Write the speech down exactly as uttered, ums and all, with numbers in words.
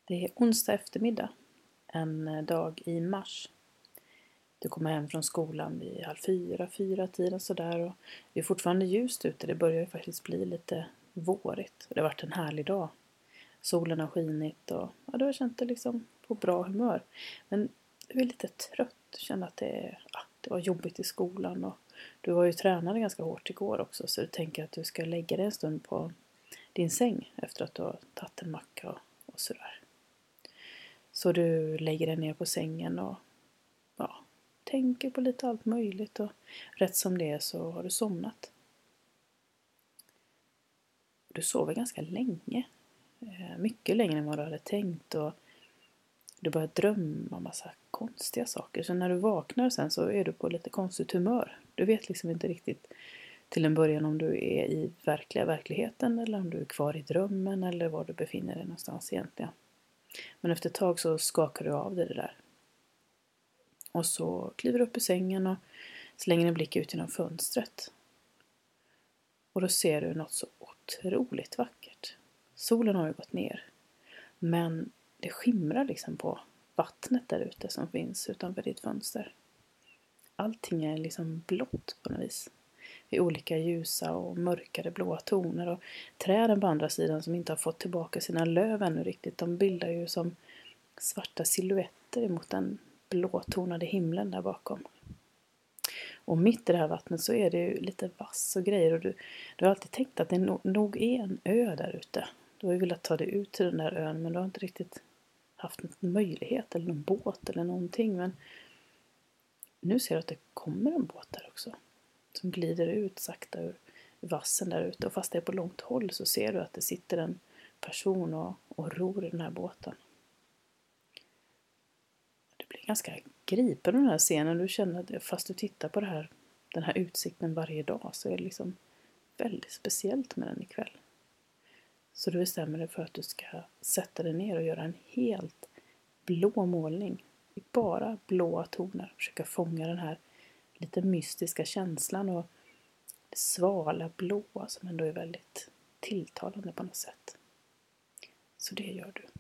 Det är onsdag eftermiddag, en dag i mars. Du kommer hem från skolan vid halv fyra, fyra tiden sådär och det är fortfarande ljust ute. Det börjar ju faktiskt bli lite vårigt. Det har varit en härlig dag. Solen har skinit och ja, du har känt dig liksom på bra humör. Men du är lite trött. Du känner att det, ja, det var jobbigt i skolan och du var ju tränade ganska hårt igår också, så du tänker att du ska lägga dig en stund på din säng efter att du har tagit en macka och, och sådär. Så du lägger dig ner på sängen och ja, tänker på lite allt möjligt och rätt som det är så har du somnat. Du sover ganska länge, mycket längre än vad du hade tänkt och du börjar drömma massa konstiga saker. Så när du vaknar sen så är du på lite konstigt humör. Du vet liksom inte riktigt till en början om du är i verkliga verkligheten eller om du är kvar i drömmen eller var du befinner dig någonstans egentligen. Men efter ett tag så skakar du av dig det där. Och så kliver du upp ur sängen och slänger en blick ut genom fönstret. Och då ser du något så otroligt vackert. Solen har ju gått ner. Men det skimrar liksom på vattnet där ute som finns utanför ditt fönster. Allting är liksom blått på något vis. I olika ljusa och mörkare blåa toner. Och träden på andra sidan som inte har fått tillbaka sina löv ännu riktigt. De bildar ju som svarta silhuetter emot den blåtonade himlen där bakom. Och mitt i det här vattnet så är det ju lite vass och grejer. Och du, du har alltid tänkt att det nog är en ö där ute. Du har ju velat ta dig ut till den där ön, men du har inte riktigt haft någon möjlighet eller någon båt eller någonting. Men nu ser du att det kommer en båt där också. Som glider ut sakta ur vassen där ute. Och fast det är på långt håll så ser du att det sitter en person och, och ror i den här båten. Du blir ganska gripen av den här scenen. Du känner att fast du tittar på det här, den här utsikten varje dag så är det liksom väldigt speciellt med den ikväll. Så du bestämmer dig för att du ska sätta dig ner och göra en helt blå målning. I bara blåa toner. Försöka fånga den här lite mystiska känslan och det svala blåa som ändå är väldigt tilltalande på något sätt. Så det gör du.